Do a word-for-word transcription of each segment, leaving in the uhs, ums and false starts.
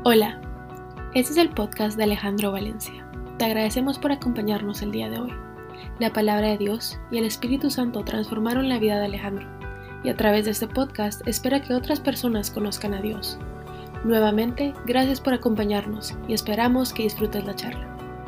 Hola, este es el podcast de Alejandro Valencia. Te agradecemos por acompañarnos el día de hoy. La palabra de Dios y el Espíritu Santo transformaron la vida de Alejandro, y a través de este podcast espera que otras personas conozcan a Dios. Nuevamente, gracias por acompañarnos y esperamos que disfrutes la charla.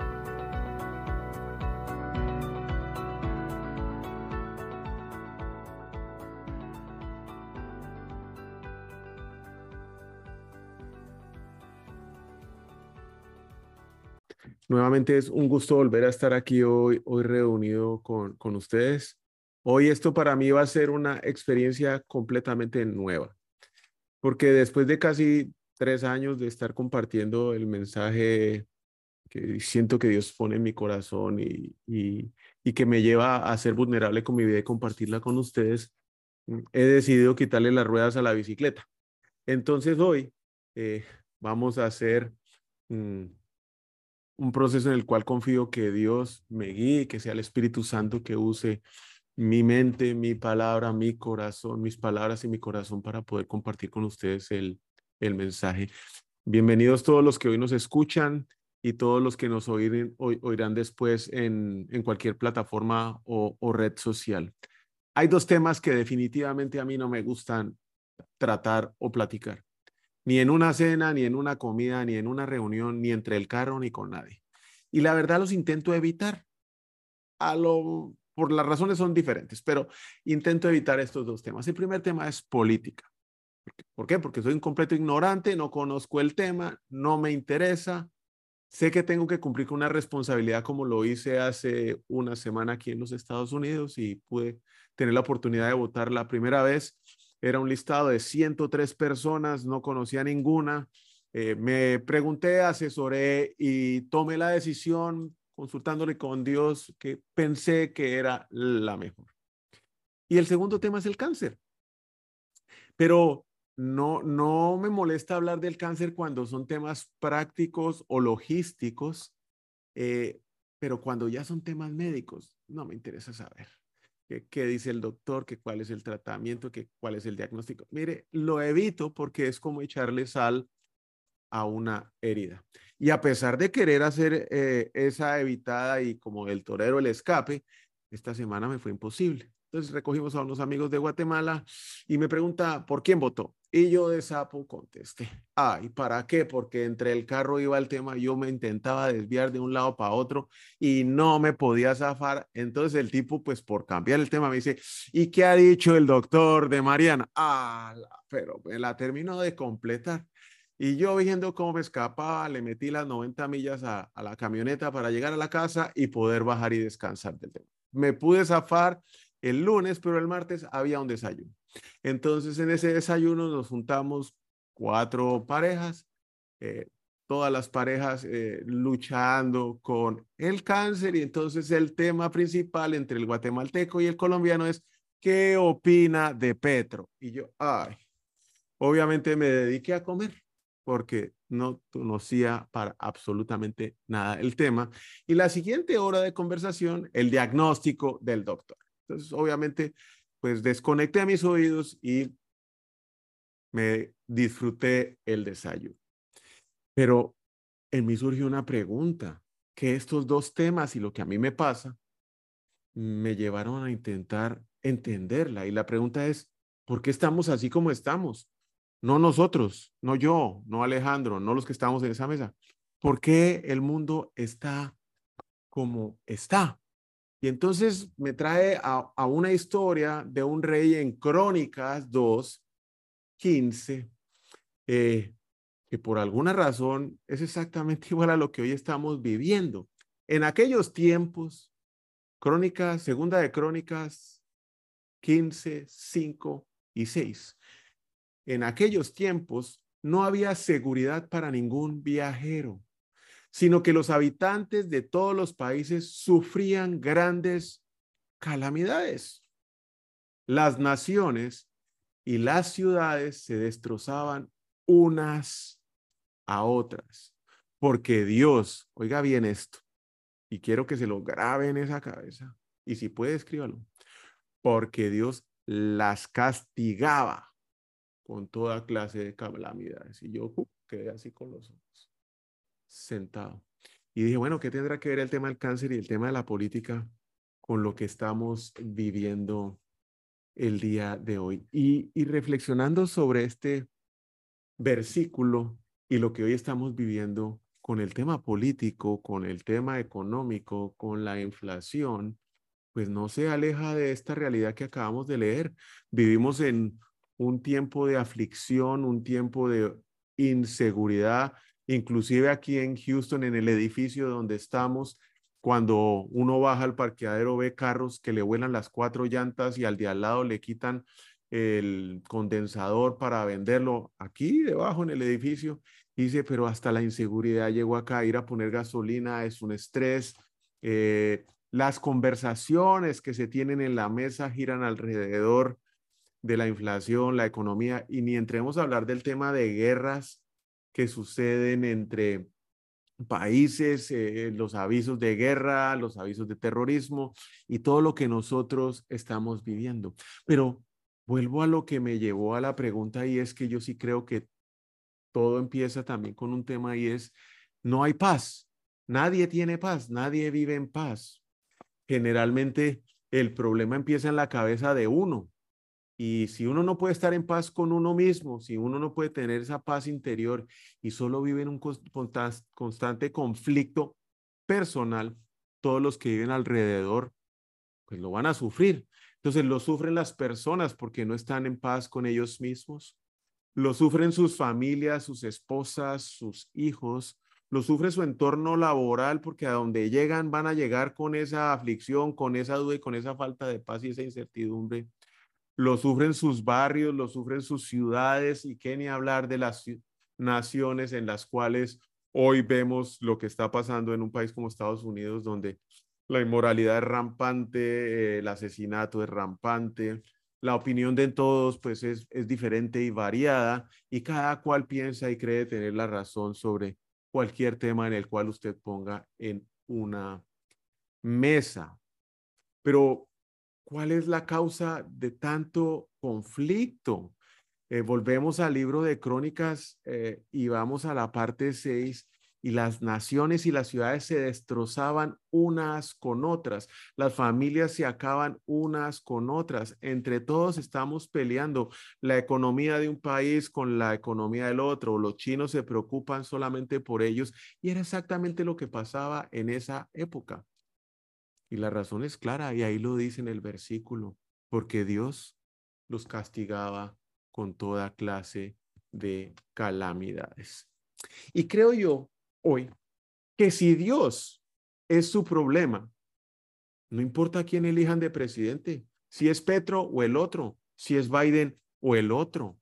Nuevamente es un gusto volver a estar aquí hoy, hoy reunido con, con ustedes. Hoy esto para mí va a ser una experiencia completamente nueva, porque después de casi tres años de estar compartiendo el mensaje que siento que Dios pone en mi corazón y, y, y que me lleva a ser vulnerable con mi vida y compartirla con ustedes, he decidido quitarle las ruedas a la bicicleta. Entonces hoy eh, vamos a hacer mm, un proceso en el cual confío que Dios me guíe, que sea el Espíritu Santo que use mi mente, mi palabra, mi corazón, mis palabras y mi corazón para poder compartir con ustedes el, el mensaje. Bienvenidos todos los que hoy nos escuchan y todos los que nos oiren, oy, oirán después en, en cualquier plataforma o, o red social. Hay dos temas que definitivamente a mí no me gustan tratar o platicar, ni en una cena, ni en una comida, ni en una reunión, ni entre el carro, ni con nadie. Y la verdad los intento evitar, a lo, por las razones son diferentes, pero intento evitar estos dos temas. El primer tema es política. ¿Por qué? Porque soy un completo ignorante, no conozco el tema, no me interesa. Sé que tengo que cumplir con una responsabilidad como lo hice hace una semana aquí en los Estados Unidos y pude tener la oportunidad de votar la primera vez. Era un listado de ciento tres personas, no conocía ninguna. Eh, me pregunté, asesoré y tomé la decisión consultándole con Dios que pensé que era la mejor. Y el segundo tema es el cáncer. Pero no, no me molesta hablar del cáncer cuando son temas prácticos o logísticos, eh, pero cuando ya son temas médicos, no me interesa saber qué, qué dice el doctor, que cuál es el tratamiento, que cuál es el diagnóstico. Mire, lo evito porque es como echarle sal a una herida. Y a pesar de querer hacer eh, esa evitada y como el torero el escape, esta semana me fue imposible. Entonces recogimos a unos amigos de Guatemala y me pregunta, ¿por quién votó? Y yo de sapo contesté, ah, ¿y para qué? Porque entre el carro iba el tema, yo me intentaba desviar de un lado para otro y no me podía zafar. Entonces el tipo, pues por cambiar el tema, me dice, ¿y qué ha dicho el doctor de Mariana? Ah, pero me la terminó de completar. Y yo viendo cómo me escapaba, le metí las noventa millas a, a la camioneta para llegar a la casa y poder bajar y descansar del tema. Me pude zafar el lunes, pero el martes había un desayuno. Entonces en ese desayuno nos juntamos cuatro parejas, eh, todas las parejas eh, luchando con el cáncer y entonces el tema principal entre el guatemalteco y el colombiano es ¿qué opina de Petro? Y yo, ay, obviamente me dediqué a comer porque no conocía para absolutamente nada el tema. Y la siguiente hora de conversación, el diagnóstico del doctor. Entonces, obviamente, pues desconecté mis oídos y me disfruté el desayuno. Pero en mí surgió una pregunta, que estos dos temas y lo que a mí me pasa me llevaron a intentar entenderla. Y la pregunta es, ¿por qué estamos así como estamos? No nosotros, no yo, no Alejandro, no los que estamos en esa mesa. ¿Por qué el mundo está como está? Y entonces me trae a, a una historia de un rey en Crónicas dos quince, eh, que por alguna razón es exactamente igual a lo que hoy estamos viviendo. En aquellos tiempos, Crónicas, segunda de Crónicas quince, cinco y seis. En aquellos tiempos no había seguridad para ningún viajero, sino que los habitantes de todos los países sufrían grandes calamidades. Las naciones y las ciudades se destrozaban unas a otras, porque Dios, oiga bien esto, y quiero que se lo grabe en esa cabeza, y si puede, escríbalo, porque Dios las castigaba con toda clase de calamidades. Y yo uh, quedé así con los ojos, sentado. Y dije, bueno, ¿qué tendrá que ver el tema del cáncer y el tema de la política con lo que estamos viviendo el día de hoy? Y, y reflexionando sobre este versículo y lo que hoy estamos viviendo con el tema político, con el tema económico, con la inflación, pues no se aleja de esta realidad que acabamos de leer. Vivimos en un tiempo de aflicción, un tiempo de inseguridad, inclusive aquí en Houston, en el edificio donde estamos, cuando uno baja al parqueadero ve carros que le vuelan las cuatro llantas y al de al lado le quitan el condensador para venderlo aquí debajo en el edificio. Dice, pero hasta la inseguridad llegó acá, ir a poner gasolina es un estrés. Eh, las conversaciones que se tienen en la mesa giran alrededor de la inflación, la economía, y ni entremos a hablar del tema de guerras que suceden entre países, eh, los avisos de guerra, los avisos de terrorismo y todo lo que nosotros estamos viviendo. Pero vuelvo a lo que me llevó a la pregunta y es que yo sí creo que todo empieza también con un tema y es, no hay paz, nadie tiene paz, nadie vive en paz. Generalmente el problema empieza en la cabeza de uno. Y si uno no puede estar en paz con uno mismo, si uno no puede tener esa paz interior y solo vive en un constante conflicto personal, todos los que viven alrededor, pues lo van a sufrir. Entonces lo sufren las personas porque no están en paz con ellos mismos. Lo sufren sus familias, sus esposas, sus hijos. Lo sufre su entorno laboral porque a donde llegan van a llegar con esa aflicción, con esa duda y con esa falta de paz y esa incertidumbre. Lo sufren sus barrios, lo sufren sus ciudades y qué ni hablar de las naciones en las cuales hoy vemos lo que está pasando en un país como Estados Unidos, donde la inmoralidad es rampante, eh, el asesinato es rampante, la opinión de todos pues es, es diferente y variada y cada cual piensa y cree tener la razón sobre cualquier tema en el cual usted ponga en una mesa. Pero ¿cuál es la causa de tanto conflicto? Eh, volvemos al libro de Crónicas eh, y vamos a la parte seis y las naciones y las ciudades se destrozaban unas con otras, las familias se acaban unas con otras, entre todos estamos peleando la economía de un país con la economía del otro, los chinos se preocupan solamente por ellos y era exactamente lo que pasaba en esa época. Y la razón es clara, y ahí lo dice en el versículo, porque Dios los castigaba con toda clase de calamidades. Y creo yo hoy que si Dios es su problema, no importa quién elijan de presidente, si es Petro o el otro, si es Biden o el otro,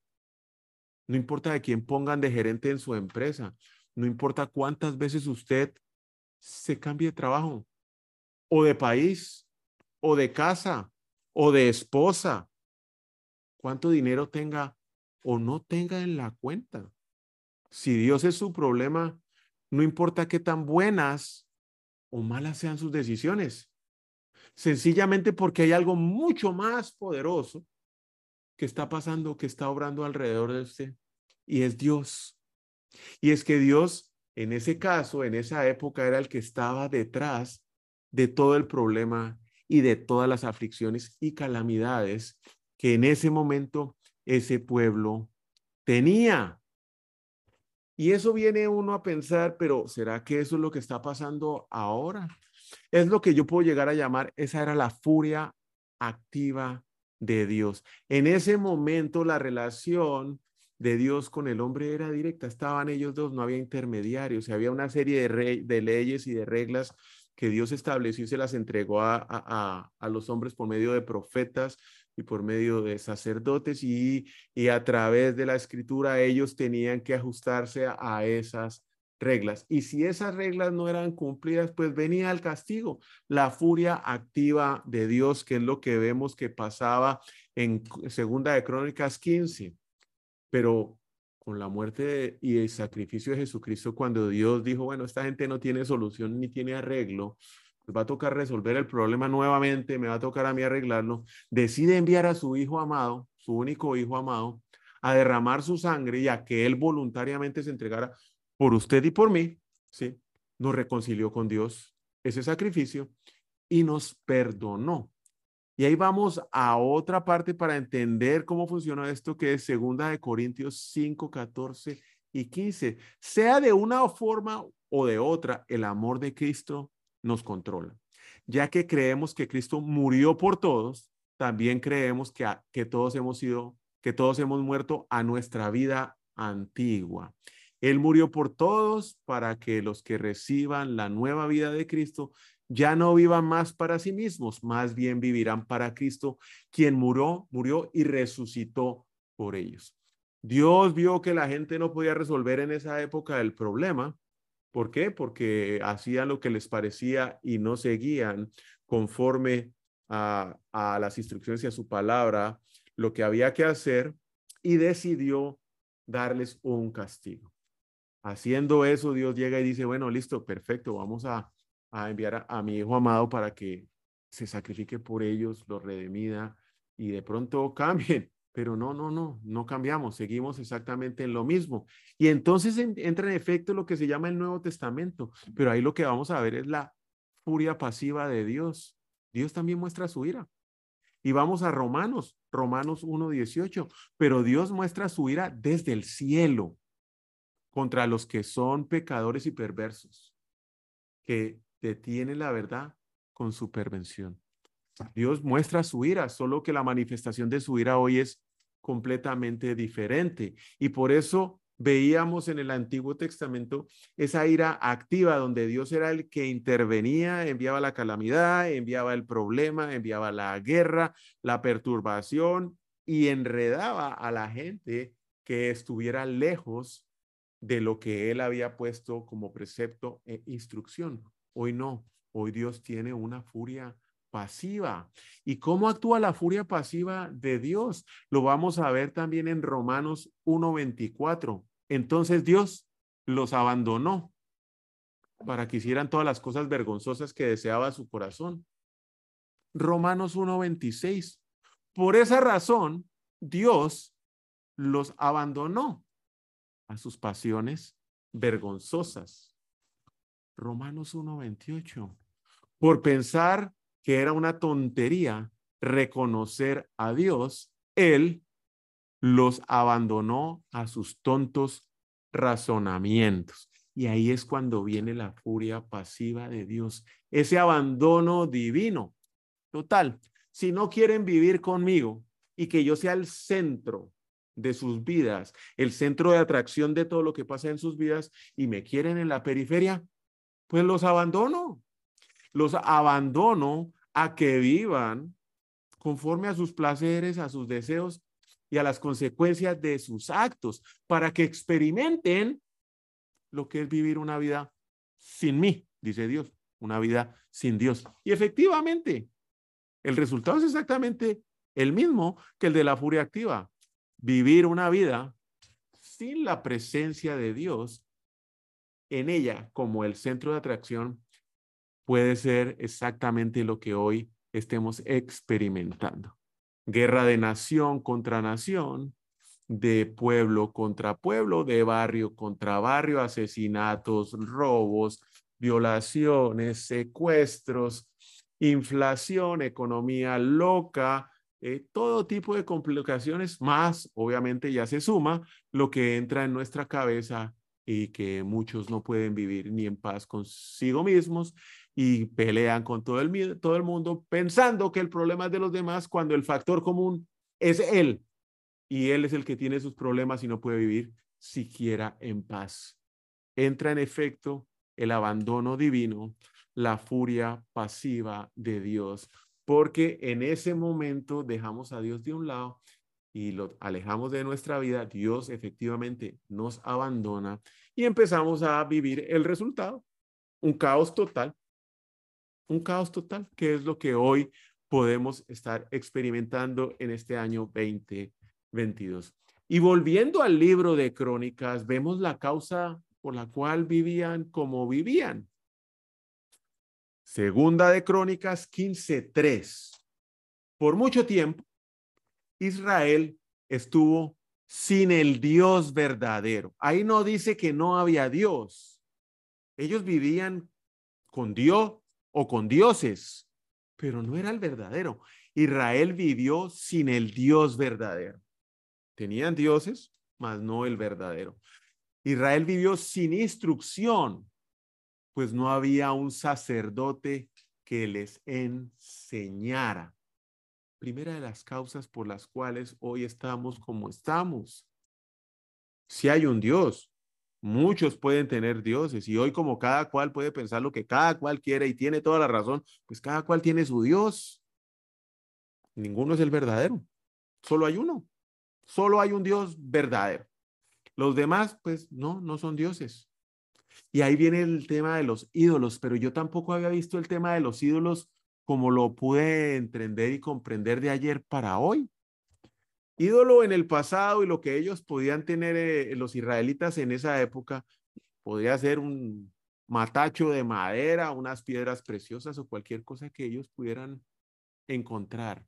no importa de quién pongan de gerente en su empresa, no importa cuántas veces usted se cambie de trabajo o de país o de casa o de esposa, cuánto dinero tenga o no tenga en la cuenta. Si Dios es su problema, no importa qué tan buenas o malas sean sus decisiones, sencillamente porque hay algo mucho más poderoso que está pasando, que está obrando alrededor de usted, y es Dios. Y es que Dios, en ese caso, en esa época, era el que estaba detrás de todo el problema y de todas las aflicciones y calamidades que en ese momento ese pueblo tenía. Y eso viene uno a pensar, pero ¿será que eso es lo que está pasando ahora? Es lo que yo puedo llegar a llamar, esa era la furia activa de Dios. En ese momento la relación de Dios con el hombre era directa, estaban ellos dos, no había intermediarios, había una serie de, re, de leyes y de reglas que Dios estableció y se las entregó a, a, a, a los hombres por medio de profetas y por medio de sacerdotes y, y a través de la escritura ellos tenían que ajustarse a, a esas reglas. Y si esas reglas no eran cumplidas, pues venía el castigo, la furia activa de Dios, que es lo que vemos que pasaba en Segunda de Crónicas quince. Pero con la muerte y el sacrificio de Jesucristo, cuando Dios dijo, bueno, esta gente no tiene solución ni tiene arreglo, pues va a tocar resolver el problema nuevamente, me va a tocar a mí arreglarlo, decide enviar a su hijo amado, su único hijo amado, a derramar su sangre y a que Él voluntariamente se entregara por usted y por mí, ¿sí? Nos reconcilió con Dios ese sacrificio y nos perdonó. Y ahí vamos a otra parte para entender cómo funciona esto, que es segunda de Corintios cinco, catorce y quince. Sea de una forma o de otra, el amor de Cristo nos controla. Ya que creemos que Cristo murió por todos, también creemos que, a, que todos hemos sido, que todos hemos muerto a nuestra vida antigua. Él murió por todos para que los que reciban la nueva vida de Cristo ya no vivan más para sí mismos, más bien vivirán para Cristo, quien murió, murió y resucitó por ellos. Dios vio que la gente no podía resolver en esa época el problema. ¿Por qué? Porque hacían lo que les parecía y no seguían conforme a, a las instrucciones y a su palabra, lo que había que hacer, y decidió darles un castigo. Haciendo eso, Dios llega y dice, bueno, listo, perfecto, vamos a, a enviar a, a mi hijo amado para que se sacrifique por ellos, los redimida y de pronto cambien. Pero no, no, no, no cambiamos, seguimos exactamente en lo mismo. Y entonces en, entra en efecto lo que se llama el Nuevo Testamento, pero ahí lo que vamos a ver es la furia pasiva de Dios. Dios también muestra su ira. Y vamos a Romanos, Romanos uno dieciocho, pero Dios muestra su ira desde el cielo contra los que son pecadores y perversos, que detienen la verdad con su pervención. Dios muestra su ira, solo que la manifestación de su ira hoy es completamente diferente. Y por eso veíamos en el Antiguo Testamento esa ira activa, donde Dios era el que intervenía, enviaba la calamidad, enviaba el problema, enviaba la guerra, la perturbación y enredaba a la gente que estuviera lejos de lo que Él había puesto como precepto e instrucción. Hoy no, hoy Dios tiene una furia pasiva. ¿Y cómo actúa la furia pasiva de Dios? Lo vamos a ver también en Romanos uno veinticuatro. Entonces Dios los abandonó para que hicieran todas las cosas vergonzosas que deseaba su corazón. Romanos uno veintiséis. Por esa razón, Dios los abandonó a sus pasiones vergonzosas. Romanos uno veintiocho. Por pensar que era una tontería reconocer a Dios, Él los abandonó a sus tontos razonamientos. Y ahí es cuando viene la furia pasiva de Dios, ese abandono divino. Total, si no quieren vivir conmigo y que yo sea el centro de sus vidas, el centro de atracción de todo lo que pasa en sus vidas y me quieren en la periferia, pues los abandono. Los abandono a que vivan conforme a sus placeres, a sus deseos y a las consecuencias de sus actos, para que experimenten lo que es vivir una vida sin mí, dice Dios, una vida sin Dios. Y efectivamente, el resultado es exactamente el mismo que el de la furia activa. Vivir una vida sin la presencia de Dios en ella como el centro de atracción puede ser exactamente lo que hoy estemos experimentando. Guerra de nación contra nación, de pueblo contra pueblo, de barrio contra barrio, asesinatos, robos, violaciones, secuestros, inflación, economía loca, eh, todo tipo de complicaciones, más obviamente ya se suma lo que entra en nuestra cabeza y que muchos no pueden vivir ni en paz consigo mismos y pelean con todo el, todo el mundo pensando que el problema es de los demás cuando el factor común es él y él es el que tiene sus problemas y no puede vivir siquiera en paz. Entra en efecto el abandono divino, la furia pasiva de Dios, porque en ese momento dejamos a Dios de un lado y lo alejamos de nuestra vida. Dios efectivamente nos abandona y empezamos a vivir el resultado, un caos total. Un caos total, que es lo que hoy podemos estar experimentando en este año veinte veintidós. Y volviendo al libro de Crónicas, vemos la causa por la cual vivían como vivían. Segunda de Crónicas quince tres. Por mucho tiempo, Israel estuvo sin el Dios verdadero. Ahí no dice que no había Dios. Ellos vivían con Dios o con dioses, pero no era el verdadero. Israel vivió sin el Dios verdadero. Tenían dioses, mas no el verdadero. Israel vivió sin instrucción, pues no había un sacerdote que les enseñara. Primera de las causas por las cuales hoy estamos como estamos. Si hay un Dios, muchos pueden tener dioses y hoy como cada cual puede pensar lo que cada cual quiere y tiene toda la razón, pues cada cual tiene su Dios. Ninguno es el verdadero, solo hay uno, solo hay un Dios verdadero. Los demás, pues no, no son dioses. Y ahí viene el tema de los ídolos, pero yo tampoco había visto el tema de los ídolos como lo pude entender y comprender de ayer para hoy. Ídolo en el pasado y lo que ellos podían tener eh, los israelitas en esa época, podría ser un matacho de madera, unas piedras preciosas o cualquier cosa que ellos pudieran encontrar.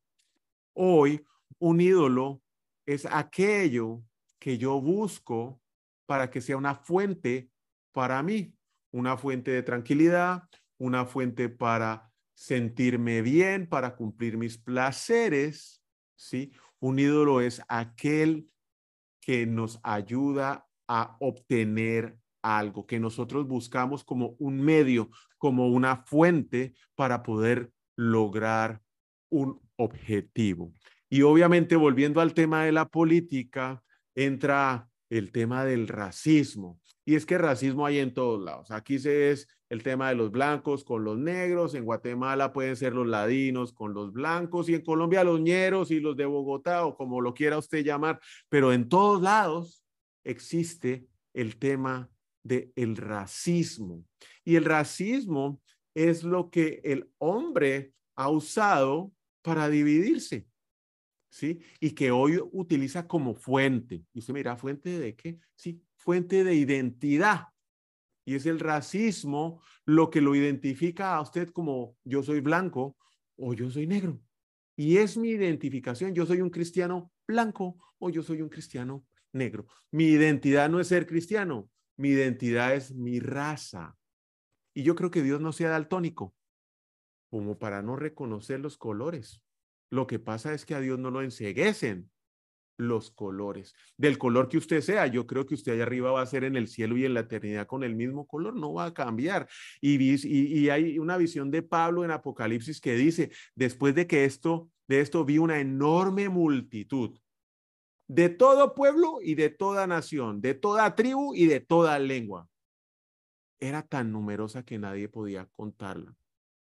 Hoy, un ídolo es aquello que yo busco para que sea una fuente para mí, una fuente de tranquilidad, una fuente para sentirme bien, para cumplir mis placeres, ¿sí? Un ídolo es aquel que nos ayuda a obtener algo, que nosotros buscamos como un medio, como una fuente para poder lograr un objetivo. Y obviamente, volviendo al tema de la política, entra el tema del racismo. Y es que racismo hay en todos lados. Aquí se es el tema de los blancos con los negros, en Guatemala pueden ser los ladinos con los blancos y en Colombia los ñeros y los de Bogotá o como lo quiera usted llamar, pero en todos lados existe el tema del racismo. Y el racismo es lo que el hombre ha usado para dividirse, ¿sí? Y que hoy utiliza como fuente. Y usted me dirá, ¿fuente de qué? Sí, fuente de identidad. Y es el racismo lo que lo identifica a usted como yo soy blanco o yo soy negro. Y es mi identificación. Yo soy un cristiano blanco o yo soy un cristiano negro. Mi identidad no es ser cristiano. Mi identidad es mi raza. Y yo creo que Dios no sea daltónico como para no reconocer los colores. Lo que pasa es que a Dios no lo enceguecen los colores. Del color que usted sea, yo creo que usted allá arriba va a ser en el cielo y en la eternidad con el mismo color, no va a cambiar. Y, y, y hay una visión de Pablo en Apocalipsis que dice, después de que esto, de esto vi una enorme multitud de todo pueblo y de toda nación, de toda tribu y de toda lengua. Era tan numerosa que nadie podía contarla.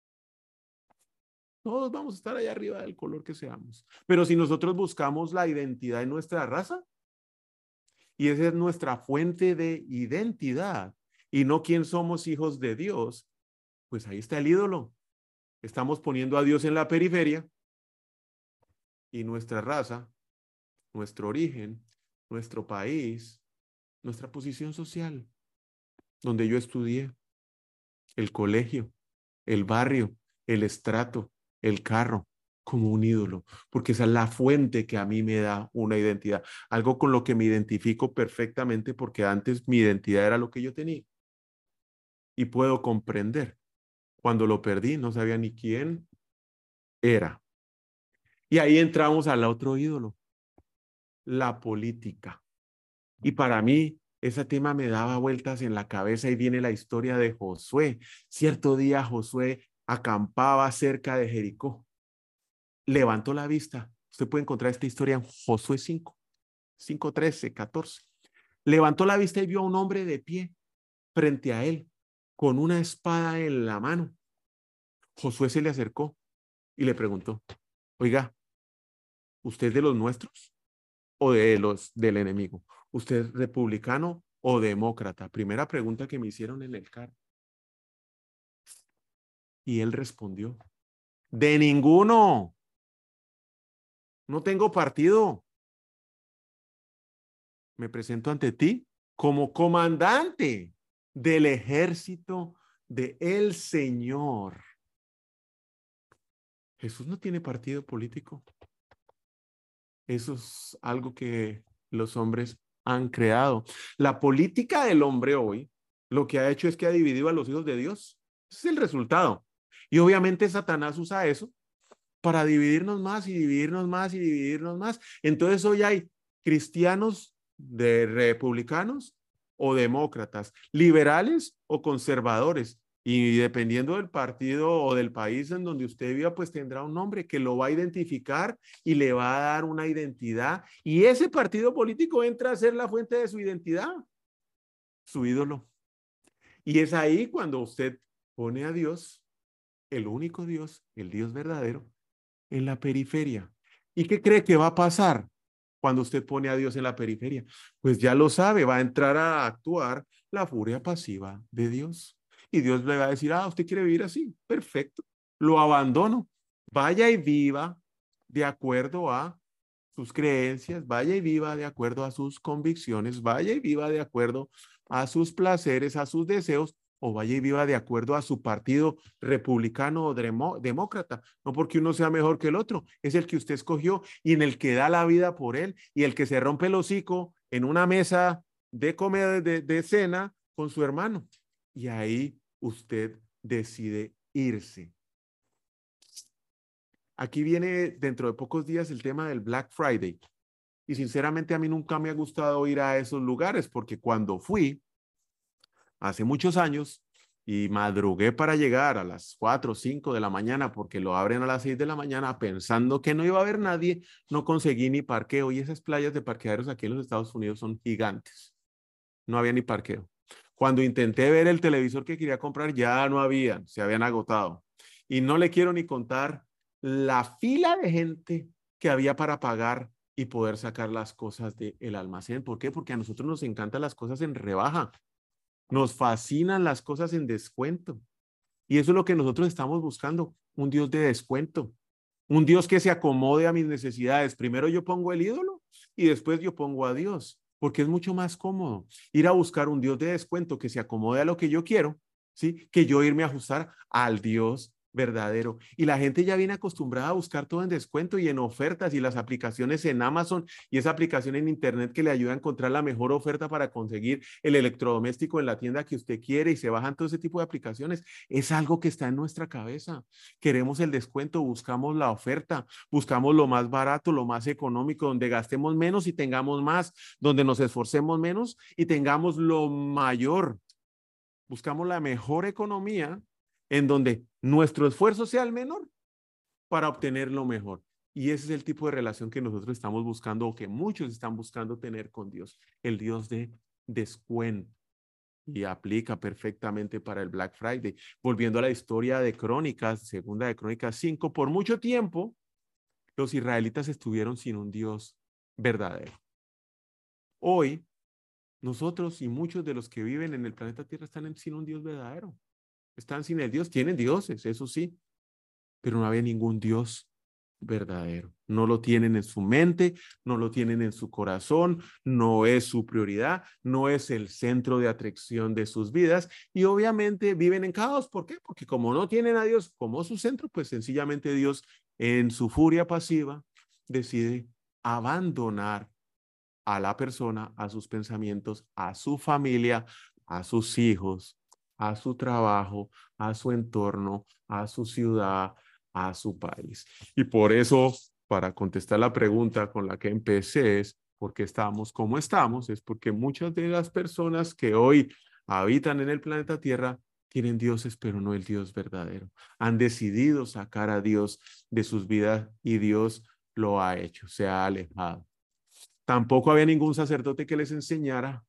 Todos vamos a estar allá arriba del color que seamos. Pero si nosotros buscamos la identidad en nuestra raza, y esa es nuestra fuente de identidad, y no quién somos hijos de Dios, pues ahí está el ídolo. Estamos poniendo a Dios en la periferia y nuestra raza, nuestro origen, nuestro país, nuestra posición social, donde yo estudié, el colegio, el barrio, el estrato, el carro, como un ídolo, porque esa es la fuente que a mí me da una identidad, algo con lo que me identifico perfectamente porque antes mi identidad era lo que yo tenía y puedo comprender. Cuando lo perdí no sabía ni quién era. Y ahí entramos al otro ídolo, la política. Y para mí ese tema me daba vueltas en la cabeza y viene la historia de Josué. Cierto día Josué acampaba cerca de Jericó. Levantó la vista. Usted puede encontrar esta historia en Josué cinco, cinco, trece, catorce. Levantó la vista y vio a un hombre de pie frente a él, con una espada en la mano. Josué se le acercó y le preguntó, oiga, ¿usted es de los nuestros o de los del enemigo? ¿Usted es republicano o demócrata? Primera pregunta que me hicieron en el carro. Y él respondió, de ninguno. No tengo partido. Me presento ante ti como comandante del ejército de el Señor. Jesús no tiene partido político. Eso es algo que los hombres han creado. La política del hombre hoy lo que ha hecho es que ha dividido a los hijos de Dios. Ese es el resultado. Y obviamente Satanás usa eso para dividirnos más y dividirnos más y dividirnos más. Entonces hoy hay cristianos de republicanos o demócratas, liberales o conservadores. Y dependiendo del partido o del país en donde usted viva, pues tendrá un nombre que lo va a identificar y le va a dar una identidad. Y ese partido político entra a ser la fuente de su identidad, su ídolo. Y es ahí cuando usted pone a Dios, el único Dios, el Dios verdadero, en la periferia. ¿Y qué cree que va a pasar cuando usted pone a Dios en la periferia? Pues ya lo sabe, va a entrar a actuar la furia pasiva de Dios. Y Dios le va a decir, ah, ¿usted quiere vivir así? Perfecto, lo abandono. Vaya y viva de acuerdo a sus creencias, vaya y viva de acuerdo a sus convicciones, vaya y viva de acuerdo a sus placeres, a sus deseos, o vaya y viva de acuerdo a su partido republicano o demo, demócrata, no porque uno sea mejor que el otro, es el que usted escogió y en el que da la vida por él y el que se rompe el hocico en una mesa de comida, de, de cena con su hermano. Y ahí usted decide irse. Aquí viene dentro de pocos días el tema del Black Friday. Y sinceramente a mí nunca me ha gustado ir a esos lugares porque cuando fui, hace muchos años, y madrugué para llegar a las cuatro o cinco de la mañana porque lo abren a las seis de la mañana pensando que no iba a haber nadie, no conseguí ni parqueo. Y esas playas de parqueaderos aquí en los Estados Unidos son gigantes. No había ni parqueo. Cuando intenté ver el televisor que quería comprar, ya no habían, se habían agotado. Y no le quiero ni contar la fila de gente que había para pagar y poder sacar las cosas del almacén. ¿Por qué? Porque a nosotros nos encantan las cosas en rebaja. Nos fascinan las cosas en descuento. Y eso es lo que nosotros estamos buscando, un Dios de descuento. Un Dios que se acomode a mis necesidades. Primero yo pongo el ídolo y después yo pongo a Dios, porque es mucho más cómodo ir a buscar un Dios de descuento que se acomode a lo que yo quiero, ¿sí? Que yo irme a ajustar al Dios verdadero. Y la gente ya viene acostumbrada a buscar todo en descuento y en ofertas y las aplicaciones en Amazon y esa aplicación en internet que le ayuda a encontrar la mejor oferta para conseguir el electrodoméstico en la tienda que usted quiere y se bajan todo ese tipo de aplicaciones. Es algo que está en nuestra cabeza. Queremos el descuento, buscamos la oferta, buscamos lo más barato, lo más económico, donde gastemos menos y tengamos más, donde nos esforcemos menos y tengamos lo mayor. Buscamos la mejor economía en donde nuestro esfuerzo sea el menor para obtener lo mejor. Y ese es el tipo de relación que nosotros estamos buscando o que muchos están buscando tener con Dios, el Dios de descuento. Y aplica perfectamente para el Black Friday. Volviendo a la historia de Crónicas, segunda de Crónicas cinco, por mucho tiempo los israelitas estuvieron sin un Dios verdadero. Hoy, nosotros y muchos de los que viven en el planeta Tierra están sin un Dios verdadero. Están sin el Dios, tienen dioses, eso sí, pero no había ningún Dios verdadero. No lo tienen en su mente, no lo tienen en su corazón, no es su prioridad, no es el centro de atracción de sus vidas y obviamente viven en caos. ¿Por qué? Porque como no tienen a Dios como su centro, pues sencillamente Dios en su furia pasiva decide abandonar a la persona, a sus pensamientos, a su familia, a sus hijos, a su trabajo, a su entorno, a su ciudad, a su país. Y por eso, para contestar la pregunta con la que empecé, es ¿por qué estamos como estamos? Es porque muchas de las personas que hoy habitan en el planeta Tierra tienen dioses, pero no el Dios verdadero. Han decidido sacar a Dios de sus vidas y Dios lo ha hecho, se ha alejado. Tampoco había ningún sacerdote que les enseñara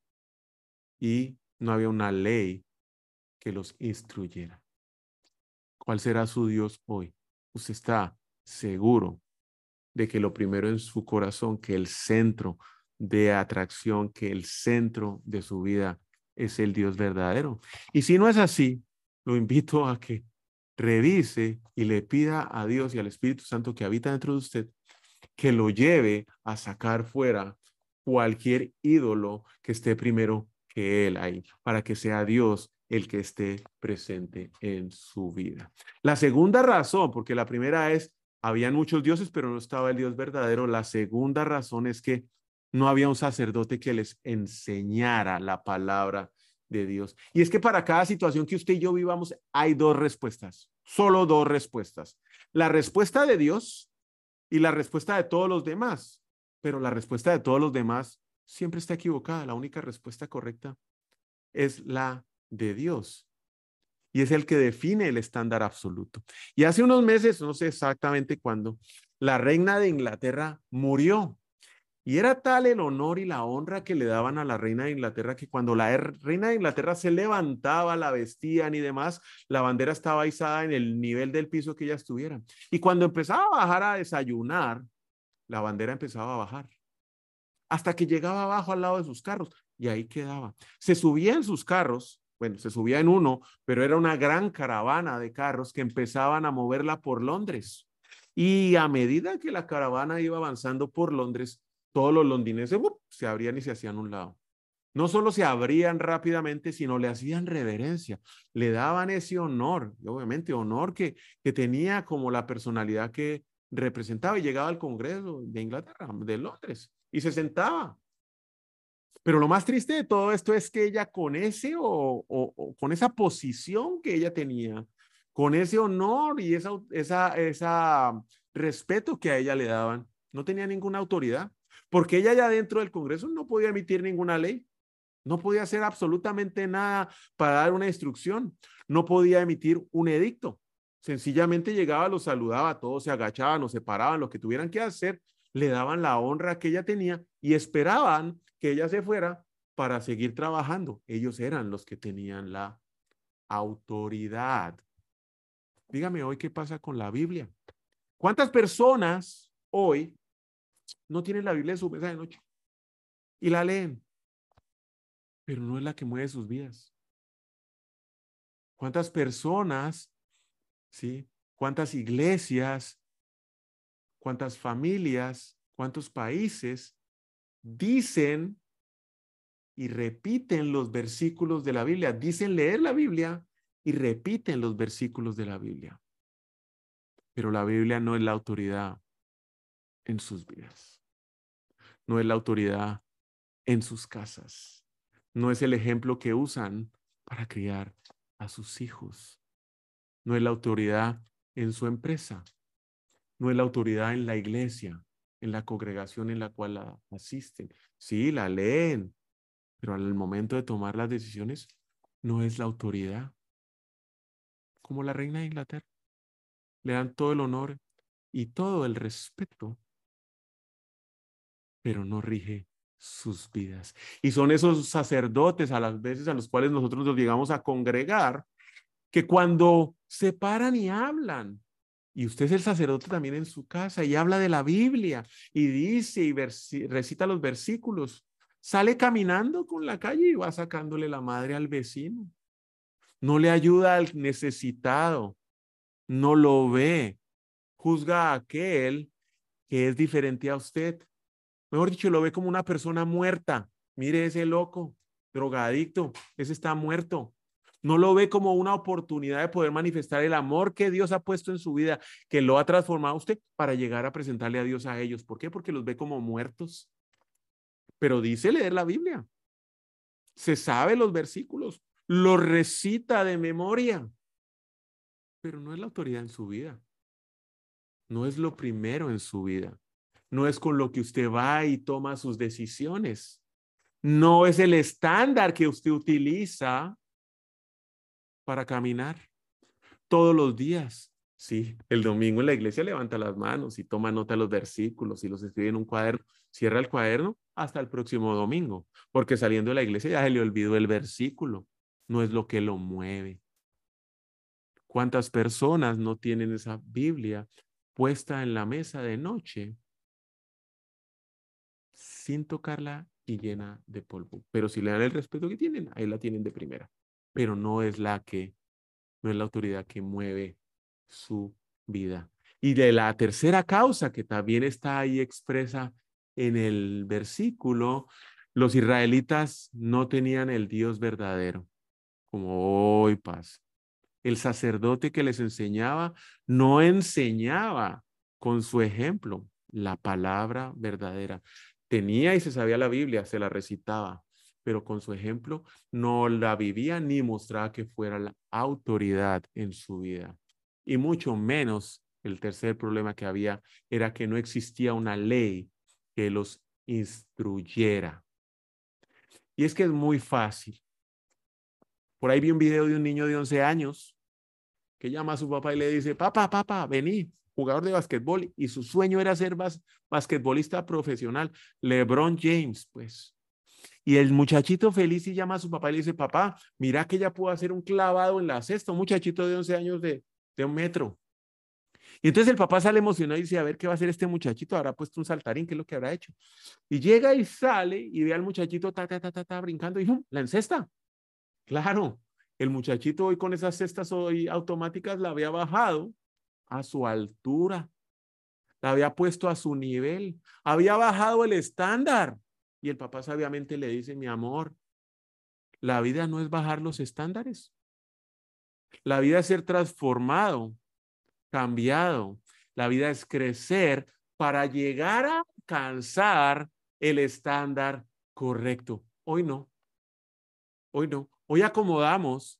y no había una ley que los instruyera. ¿Cuál será su Dios hoy? Usted está seguro de que lo primero en su corazón, que el centro de atracción, que el centro de su vida es el Dios verdadero. Y si no es así, lo invito a que revise y le pida a Dios y al Espíritu Santo que habita dentro de usted que lo lleve a sacar fuera cualquier ídolo que esté primero que él ahí, para que sea Dios el que esté presente en su vida. La segunda razón, porque la primera es, habían muchos dioses, pero no estaba el Dios verdadero. La segunda razón es que No había un sacerdote que les enseñara la palabra de Dios. Y es que para cada situación que usted y yo vivamos hay dos respuestas, solo dos respuestas. La respuesta de Dios y la respuesta de todos los demás. Pero la respuesta de todos los demás siempre está equivocada. La única respuesta correcta es la de Dios. Y es el que define el estándar absoluto. Y hace unos meses, no sé exactamente cuándo, la reina de Inglaterra murió. Y era tal el honor y la honra que le daban a la reina de Inglaterra que cuando la reina de Inglaterra se levantaba, la vestían y demás, la bandera estaba izada en el nivel del piso que ella estuviera. Y cuando empezaba a bajar a desayunar, la bandera empezaba a bajar. Hasta que llegaba abajo al lado de sus carros y ahí quedaba. Se subía en sus carros. Bueno, se subía en uno, pero era una gran caravana de carros que empezaban a moverla por Londres. Y a medida que la caravana iba avanzando por Londres, todos los londinenses ¡uh!, se abrían y se hacían a un lado. No solo se abrían rápidamente, sino le hacían reverencia, le daban ese honor, y obviamente honor que, que tenía como la personalidad que representaba y llegaba al Congreso de Inglaterra, de Londres, y se sentaba. Pero lo más triste de todo esto es que ella con ese o, o, o con esa posición que ella tenía, con ese honor y esa, esa, esa respeto que a ella le daban, no tenía ninguna autoridad, porque ella ya dentro del Congreso no podía emitir ninguna ley, no podía hacer absolutamente nada para dar una instrucción, no podía emitir un edicto. Sencillamente llegaba, los saludaba, todos se agachaban o se paraban, lo que tuvieran que hacer, le daban la honra que ella tenía y esperaban que ella se fuera para seguir trabajando. Ellos eran los que tenían la autoridad. Dígame hoy qué pasa con la Biblia. ¿Cuántas personas hoy no tienen la Biblia en su mesa de noche y la leen, pero no es la que mueve sus vidas? ¿Cuántas personas, sí? ¿Cuántas iglesias, cuántas familias, cuántos países dicen y repiten los versículos de la Biblia? Dicen leer la Biblia y repiten los versículos de la Biblia. Pero la Biblia no es la autoridad en sus vidas. No es la autoridad en sus casas. No es el ejemplo que usan para criar a sus hijos. No es la autoridad en su empresa. No es la autoridad en la iglesia, en la congregación en la cual la asisten. Sí, la leen, pero al momento de tomar las decisiones no es la autoridad. Como la reina de Inglaterra. Le dan todo el honor y todo el respeto, pero no rige sus vidas. Y son esos sacerdotes a las veces a los cuales nosotros nos llegamos a congregar, que cuando se paran y hablan, y usted es el sacerdote también en su casa y habla de la Biblia y dice y recita los versículos, sale caminando con la calle y va sacándole la madre al vecino. No le ayuda al necesitado, no lo ve, juzga a aquel que es diferente a usted. Mejor dicho, lo ve como una persona muerta. Mire ese loco, drogadicto, ese está muerto. No lo ve como una oportunidad de poder manifestar el amor que Dios ha puesto en su vida, que lo ha transformado a usted para llegar a presentarle a Dios a ellos. ¿Por qué? Porque los ve como muertos. Pero dice leer la Biblia. Se sabe los versículos, los recita de memoria, pero no es la autoridad en su vida. No es lo primero en su vida. No es con lo que usted va y toma sus decisiones. No es el estándar que usted utiliza para caminar todos los días. Sí, el domingo en la iglesia levanta las manos y toma nota de los versículos y los escribe en un cuaderno. Cierra el cuaderno hasta el próximo domingo, porque saliendo de la iglesia ya se le olvidó el versículo. No es lo que lo mueve. ¿Cuántas personas no tienen esa Biblia puesta en la mesa de noche sin tocarla y llena de polvo? Pero si le dan el respeto que tienen, ahí la tienen de primera. Pero no es la que, no es la autoridad que mueve su vida. Y de la tercera causa que también está ahí expresa en el versículo, los israelitas no tenían el Dios verdadero, como hoy pasa. El sacerdote que les enseñaba no enseñaba con su ejemplo la palabra verdadera. Tenía y se sabía la Biblia, se la recitaba, pero con su ejemplo no la vivía ni mostraba que fuera la autoridad en su vida. Y mucho menos el tercer problema que había era que no existía una ley que los instruyera. Y es que es muy fácil. Por ahí vi un video de un niño de once años que llama a su papá y le dice, papá, papá, vení, jugador de basquetbol, y su sueño era ser bas basquetbolista profesional, LeBron James, pues. Y el muchachito feliz y llama a su papá y le dice, papá, mira que ya puedo hacer un clavado en la cesta, un muchachito de once años de, de un metro. Y entonces el papá sale emocionado y dice, a ver qué va a hacer este muchachito, habrá puesto un saltarín, ¿qué es lo que habrá hecho? Y llega y sale y ve al muchachito ta, ta, ta, ta, ta, brincando y ¡pum! La encesta. Claro, el muchachito hoy con esas cestas hoy automáticas la había bajado a su altura, la había puesto a su nivel, había bajado el estándar. Y el papá sabiamente le dice, mi amor, la vida no es bajar los estándares. La vida es ser transformado, cambiado. La vida es crecer para llegar a alcanzar el estándar correcto. Hoy no, hoy no. Hoy acomodamos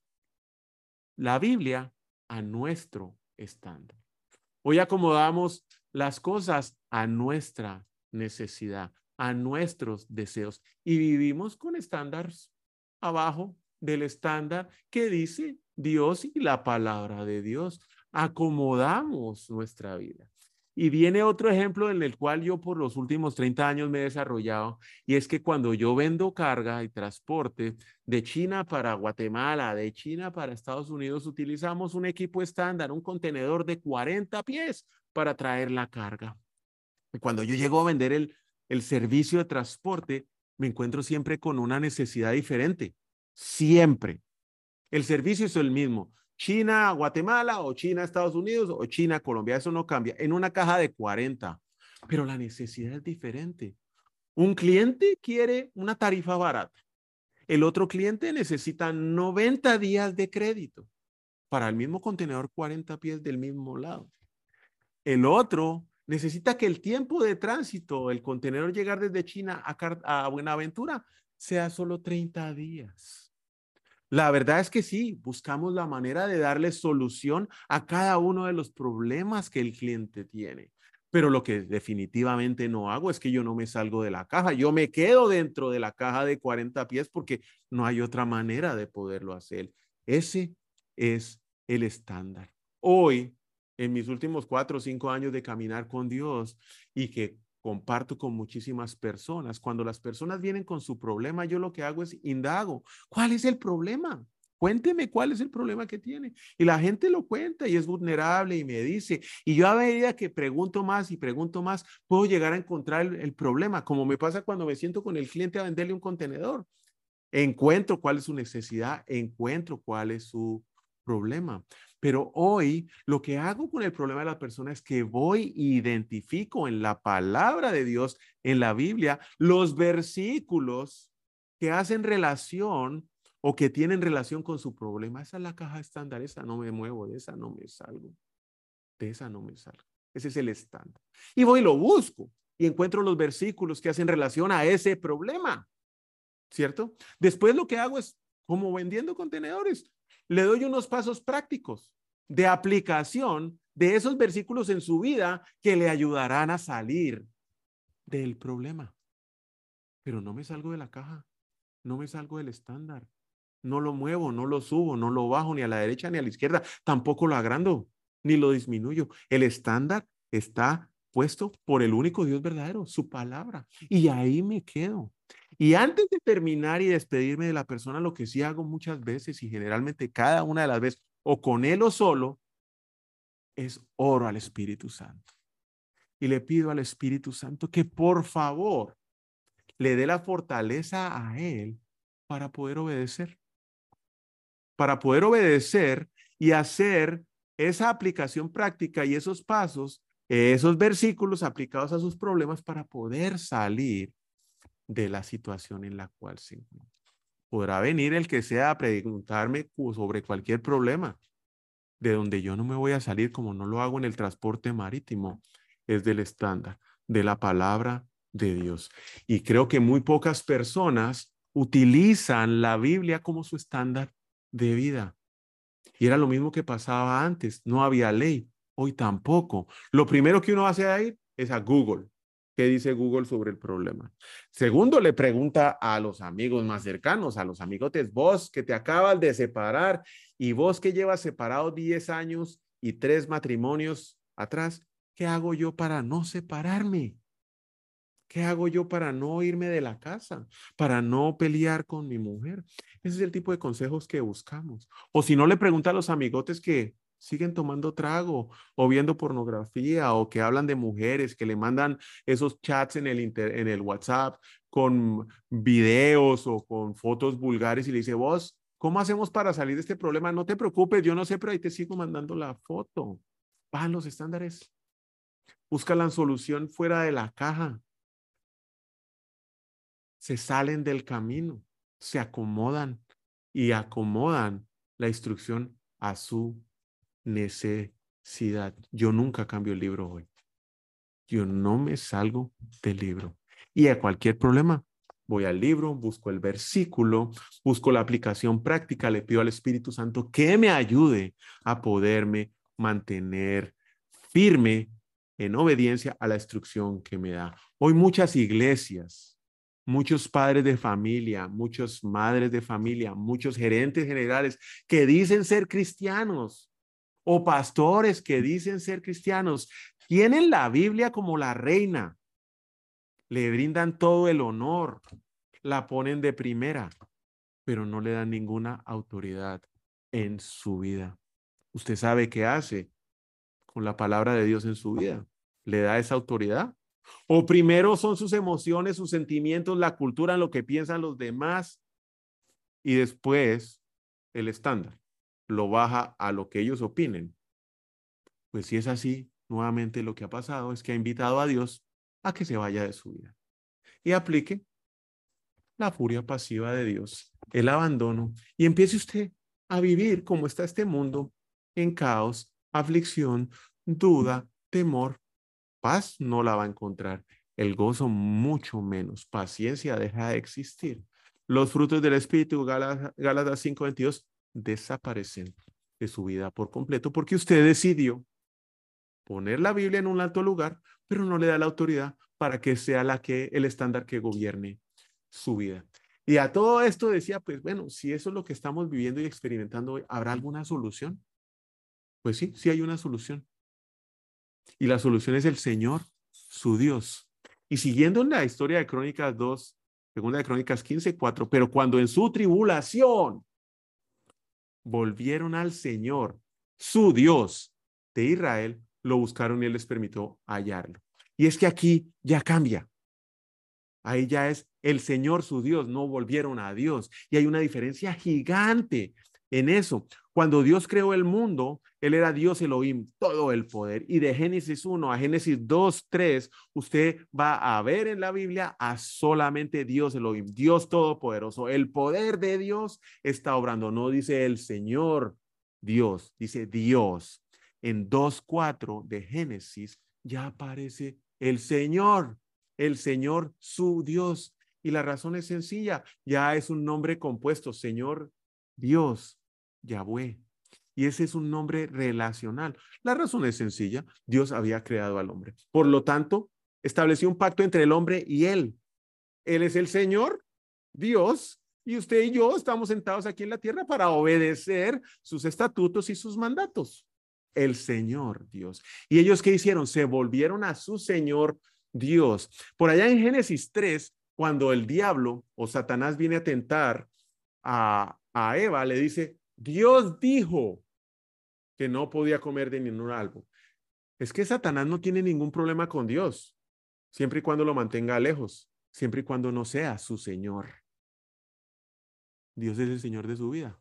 la Biblia a nuestro estándar. Hoy acomodamos las cosas a nuestra necesidad, a nuestros deseos y vivimos con estándares abajo del estándar que dice Dios y la palabra de Dios. Acomodamos nuestra vida. Y viene otro ejemplo en el cual yo por los últimos treinta años me he desarrollado, y es que cuando yo vendo carga y transporte de China para Guatemala, de China para Estados Unidos, utilizamos un equipo estándar, un contenedor de cuarenta pies para traer la carga. Y cuando yo llego a vender el, el servicio de transporte, me encuentro siempre con una necesidad diferente. Siempre. El servicio es el mismo. China, Guatemala, o China, Estados Unidos, o China, Colombia. Eso no cambia. En una caja de cuarenta. Pero la necesidad es diferente. Un cliente quiere una tarifa barata. El otro cliente necesita noventa días de crédito para el mismo contenedor, cuarenta pies del mismo lado. El otro necesita que el tiempo de tránsito, el contenedor llegar desde China a, a Buenaventura, sea solo treinta días. La verdad es que sí, buscamos la manera de darle solución a cada uno de los problemas que el cliente tiene. Pero lo que definitivamente no hago es que yo no me salgo de la caja. Yo me quedo dentro de la caja de cuarenta pies porque no hay otra manera de poderlo hacer. Ese es el estándar. Hoy, en mis últimos cuatro o cinco años de caminar con Dios y que comparto con muchísimas personas, cuando las personas vienen con su problema, yo lo que hago es indago. ¿Cuál es el problema? Cuénteme cuál es el problema que tiene. Y la gente lo cuenta y es vulnerable y me dice. Y yo a medida que pregunto más y pregunto más, puedo llegar a encontrar el, el problema, como me pasa cuando me siento con el cliente a venderle un contenedor. Encuentro cuál es su necesidad, encuentro cuál es su problema. Pero hoy lo que hago con el problema de la persona es que voy e identifico en la palabra de Dios, en la Biblia, los versículos que hacen relación o que tienen relación con su problema. Esa es la caja estándar, esa no me muevo, de esa no me salgo, de esa no me salgo. Ese es el estándar. Y voy y lo busco y encuentro los versículos que hacen relación a ese problema, ¿cierto? Después lo que hago es, como vendiendo contenedores, le doy unos pasos prácticos de aplicación de esos versículos en su vida que le ayudarán a salir del problema. Pero no me salgo de la caja, no me salgo del estándar, no lo muevo, no lo subo, no lo bajo ni a la derecha ni a la izquierda, tampoco lo agrando ni lo disminuyo. El estándar está puesto por el único Dios verdadero, su palabra, y ahí me quedo. Y antes de terminar y despedirme de la persona, lo que sí hago muchas veces y generalmente cada una de las veces, o con él o solo, es oro al Espíritu Santo. Y le pido al Espíritu Santo que por favor le dé la fortaleza a él para poder obedecer. Para poder obedecer y hacer esa aplicación práctica y esos pasos, esos versículos aplicados a sus problemas para poder salir de la situación en la cual se encuentra. Podrá venir el que sea a preguntarme sobre cualquier problema, de donde yo no me voy a salir como no lo hago en el transporte marítimo, es del estándar, de la palabra de Dios. Y creo que muy pocas personas utilizan la Biblia como su estándar de vida. Y era lo mismo que pasaba antes. No había ley. Hoy tampoco. Lo primero que uno hace ahí es a Google. ¿Qué dice Google sobre el problema? Segundo, le pregunta a los amigos más cercanos, a los amigotes, vos que te acabas de separar y vos que llevas separado diez años y tres matrimonios atrás, ¿qué hago yo para no separarme? ¿Qué hago yo para no irme de la casa? Para no pelear con mi mujer. Ese es el tipo de consejos que buscamos. O si no, le pregunta a los amigotes que siguen tomando trago o viendo pornografía o que hablan de mujeres, que le mandan esos chats en el, inter, en el WhatsApp con videos o con fotos vulgares y le dice, vos, ¿cómo hacemos para salir de este problema? No te preocupes, yo no sé, pero ahí te sigo mandando la foto. Bajan los estándares. Busca la solución fuera de la caja. Se salen del camino, se acomodan y acomodan la instrucción a su necesidad. Yo nunca cambio el libro hoy. Yo no me salgo del libro. Y a cualquier problema, voy al libro, busco el versículo, busco la aplicación práctica, le pido al Espíritu Santo que me ayude a poderme mantener firme en obediencia a la instrucción que me da. Hoy muchas iglesias, muchos padres de familia, muchas madres de familia, muchos gerentes generales que dicen ser cristianos o pastores que dicen ser cristianos, tienen la Biblia como la reina, le brindan todo el honor, la ponen de primera, pero no le dan ninguna autoridad en su vida. ¿Usted sabe qué hace con la palabra de Dios en su vida? ¿Le da esa autoridad? ¿O primero son sus emociones, sus sentimientos, la cultura, lo que piensan los demás y después el estándar lo baja a lo que ellos opinen? Pues si es así, nuevamente lo que ha pasado es que ha invitado a Dios a que se vaya de su vida y aplique la furia pasiva de Dios, el abandono, y empiece usted a vivir como está este mundo, en caos, aflicción, duda, temor. Paz no la va a encontrar, el gozo mucho menos, paciencia deja de existir. Los frutos del Espíritu, Gálatas cinco veintidós, desaparecen de su vida por completo porque usted decidió poner la Biblia en un alto lugar, pero no le da la autoridad para que sea la que, el estándar que gobierne su vida. Y a todo esto decía, pues bueno, si eso es lo que estamos viviendo y experimentando hoy, ¿habrá alguna solución? Pues sí, sí hay una solución. Y la solución es el Señor, su Dios. Y siguiendo en la historia de Crónicas dos, segunda de Crónicas quince, cuatro, pero cuando en su tribulación volvieron al Señor, su Dios de Israel, lo buscaron y Él les permitió hallarlo. Y es que aquí ya cambia. Ahí ya es el Señor su Dios, no volvieron a Dios. Y hay una diferencia gigante en eso. Cuando Dios creó el mundo, Él era Dios Elohim, todo el poder. Y de Génesis uno a Génesis dos, tres, usted va a ver en la Biblia a solamente Dios Elohim, Dios Todopoderoso. El poder de Dios está obrando. No dice el Señor Dios, dice Dios. En dos, cuatro de Génesis ya aparece el Señor. El Señor, su Dios. Y la razón es sencilla, ya es un nombre compuesto, Señor Dios, Yahweh. Y ese es un nombre relacional. La razón es sencilla, Dios había creado al hombre. Por lo tanto, estableció un pacto entre el hombre y él. Él es el Señor, Dios, y usted y yo estamos sentados aquí en la tierra para obedecer sus estatutos y sus mandatos. El Señor Dios. ¿Y ellos qué hicieron? Se volvieron a su Señor Dios. Por allá en Génesis tres, cuando el diablo o Satanás viene a tentar a, a Eva, le dice, Dios dijo que no podía comer de ningún árbol. Es que Satanás no tiene ningún problema con Dios, siempre y cuando lo mantenga lejos, siempre y cuando no sea su Señor. Dios es el Señor de su vida.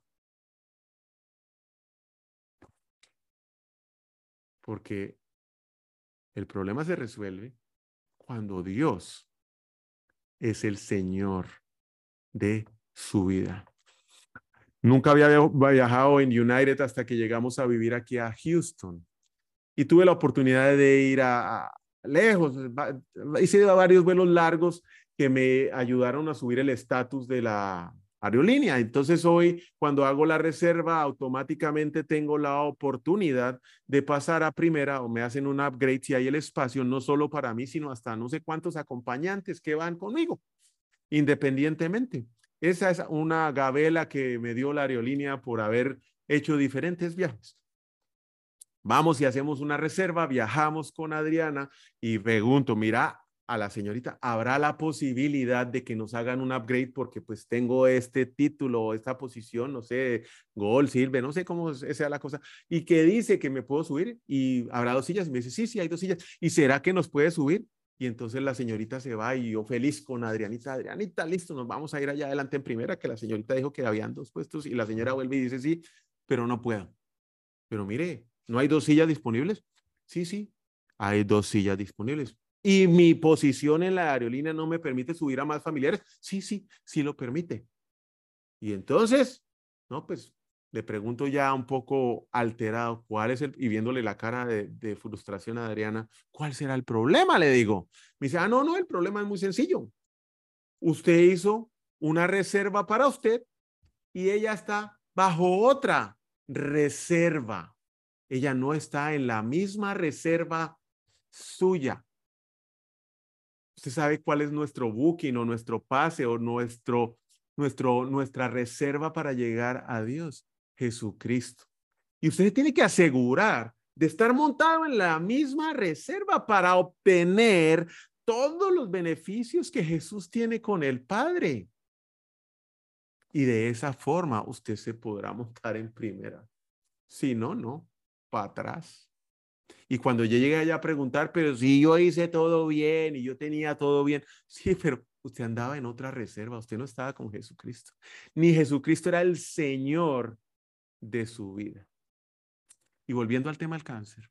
Porque el problema se resuelve cuando Dios es el Señor de su vida. Nunca había viajado en United hasta que llegamos a vivir aquí a Houston. Y tuve la oportunidad de ir a, lejos, hice varios vuelos largos que me ayudaron a subir el estatus de la aerolínea. Entonces hoy, cuando hago la reserva, automáticamente tengo la oportunidad de pasar a primera o me hacen un upgrade si hay el espacio, no solo para mí, sino hasta no sé cuántos acompañantes que van conmigo, independientemente. Esa es una gabela que me dio la aerolínea por haber hecho diferentes viajes. Vamos y hacemos una reserva, viajamos con Adriana y pregunto, mira, a la señorita, ¿habrá la posibilidad de que nos hagan un upgrade porque pues tengo este título, esta posición, no sé, Gold, Silver, no sé cómo sea la cosa, y que dice que me puedo subir y habrá dos sillas? Y me dice, sí, sí, hay dos sillas. ¿Y será que nos puede subir? Y entonces la señorita se va y yo feliz con Adrianita, Adrianita, listo, nos vamos a ir allá adelante en primera, que la señorita dijo que habían dos puestos y la señora vuelve y dice, sí, pero no puedo. Pero mire, ¿no hay dos sillas disponibles? Sí, sí, hay dos sillas disponibles. ¿Y mi posición en la aerolínea no me permite subir a más familiares? Sí, sí, sí lo permite. Y entonces, no, pues le pregunto ya un poco alterado, ¿cuál es el, y viéndole la cara de, de frustración a Adriana, ¿cuál será el problema? Le digo. Me dice, ah, no, no, el problema es muy sencillo. Usted hizo una reserva para usted y ella está bajo otra reserva. Ella no está en la misma reserva suya. Usted sabe cuál es nuestro booking o nuestro pase o nuestro, nuestro, nuestra reserva para llegar a Dios, Jesucristo. Y usted tiene que asegurar de estar montado en la misma reserva para obtener todos los beneficios que Jesús tiene con el Padre. Y de esa forma usted se podrá montar en primera. Si no, no, para atrás. Y cuando yo llegué allá a preguntar, pero si yo hice todo bien y yo tenía todo bien, sí, pero usted andaba en otra reserva, usted no estaba con Jesucristo. Ni Jesucristo era el Señor de su vida. Y volviendo al tema del cáncer,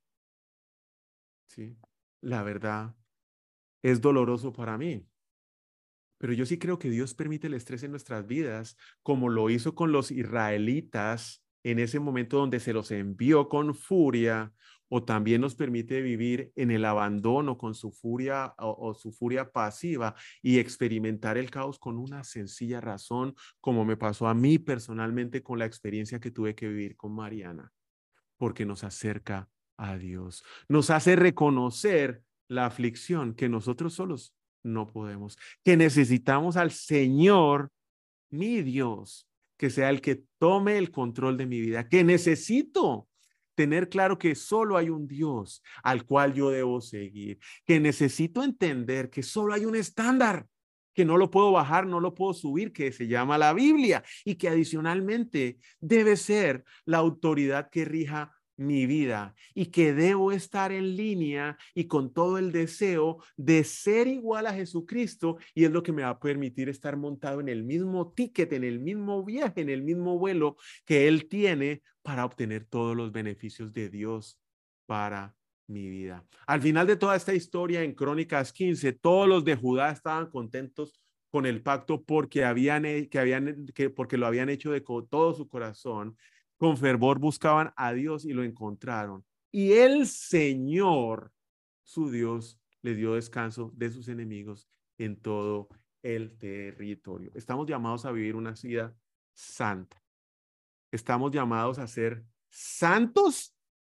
sí, la verdad es doloroso para mí. Pero yo sí creo que Dios permite el estrés en nuestras vidas, como lo hizo con los israelitas en ese momento donde se los envió con furia, o también nos permite vivir en el abandono con su furia o, o su furia pasiva y experimentar el caos con una sencilla razón, como me pasó a mí personalmente con la experiencia que tuve que vivir con Mariana, porque nos acerca a Dios, nos hace reconocer la aflicción que nosotros solos no podemos, que necesitamos al Señor, mi Dios, que sea el que tome el control de mi vida, que necesito tener claro que solo hay un Dios al cual yo debo seguir, que necesito entender que solo hay un estándar, que no lo puedo bajar, no lo puedo subir, que se llama la Biblia, y que adicionalmente debe ser la autoridad que rija mi vida, y que debo estar en línea y con todo el deseo de ser igual a Jesucristo, y es lo que me va a permitir estar montado en el mismo ticket, en el mismo viaje, en el mismo vuelo que Él tiene para obtener todos los beneficios de Dios para mi vida. Al final de toda esta historia, en Crónicas quince, todos los de Judá estaban contentos con el pacto porque habían, que habían, que, porque lo habían hecho de todo su corazón. Con fervor buscaban a Dios y lo encontraron. Y el Señor, su Dios, le dio descanso de sus enemigos en todo el territorio. Estamos llamados a vivir una vida santa. Estamos llamados a ser santos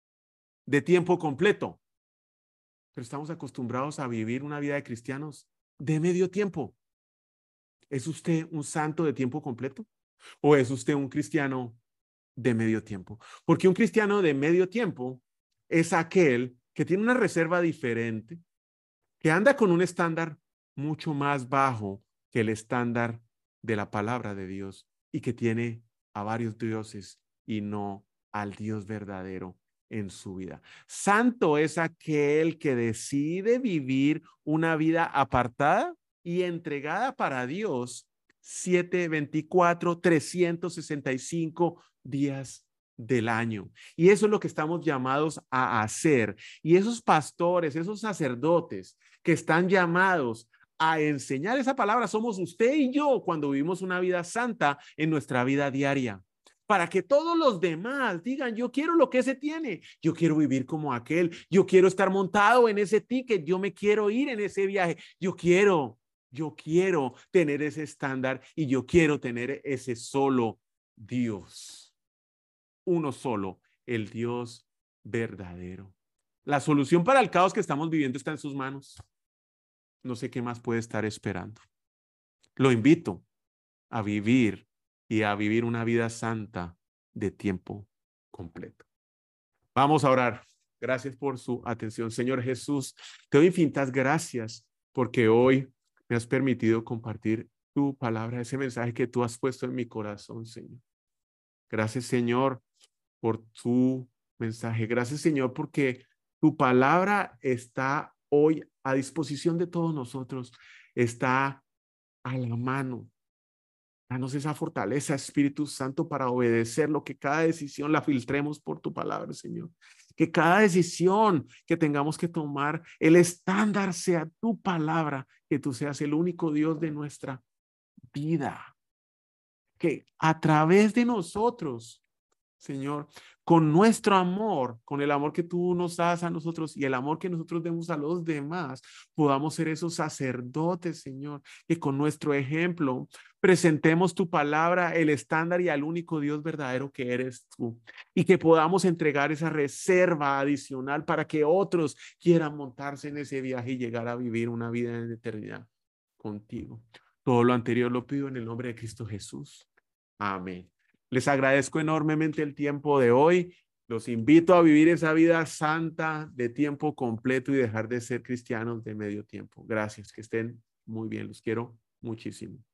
de tiempo completo. Pero estamos acostumbrados a vivir una vida de cristianos de medio tiempo. ¿Es usted un santo de tiempo completo? ¿O es usted un cristiano de medio tiempo? Porque un cristiano de medio tiempo es aquel que tiene una reserva diferente, que anda con un estándar mucho más bajo que el estándar de la palabra de Dios y que tiene a varios dioses y no al Dios verdadero en su vida. Santo es aquel que decide vivir una vida apartada y entregada para Dios siete, veinticuatro, trescientos sesenta y cinco días del año. Y eso es lo que estamos llamados a hacer. Y esos pastores, esos sacerdotes que están llamados a enseñar esa palabra somos usted y yo cuando vivimos una vida santa en nuestra vida diaria. para que todos los demás digan, yo quiero lo que ese tiene, yo quiero vivir como aquel, yo quiero estar montado en ese ticket, yo me quiero ir en ese viaje, yo quiero, yo quiero tener ese estándar y yo quiero tener ese solo Dios, uno solo, el Dios verdadero. La solución para el caos que estamos viviendo está en sus manos. No sé qué más puede estar esperando. Lo invito a vivir y a vivir una vida santa de tiempo completo. Vamos a orar. Gracias por su atención. Señor Jesús, te doy infinitas gracias porque hoy me has permitido compartir tu palabra, ese mensaje que tú has puesto en mi corazón, Señor. Gracias, Señor, por tu mensaje. Gracias, Señor, porque tu palabra está hoy a disposición de todos nosotros. Está a la mano. Danos esa fortaleza, Espíritu Santo, para obedecer lo que cada decisión la filtremos por tu palabra, Señor. Que cada decisión que tengamos que tomar, el estándar sea tu palabra, que tú seas el único Dios de nuestra vida. Que a través de nosotros, Señor, con nuestro amor, con el amor que tú nos das a nosotros y el amor que nosotros demos a los demás, podamos ser esos sacerdotes, Señor, que con nuestro ejemplo presentemos tu palabra, el estándar y al único Dios verdadero que eres tú, y que podamos entregar esa reserva adicional para que otros quieran montarse en ese viaje y llegar a vivir una vida en eternidad contigo. Todo lo anterior lo pido en el nombre de Cristo Jesús. Amén. Les agradezco enormemente el tiempo de hoy. Los invito a vivir esa vida santa de tiempo completo y dejar de ser cristianos de medio tiempo. Gracias, que estén muy bien. Los quiero muchísimo.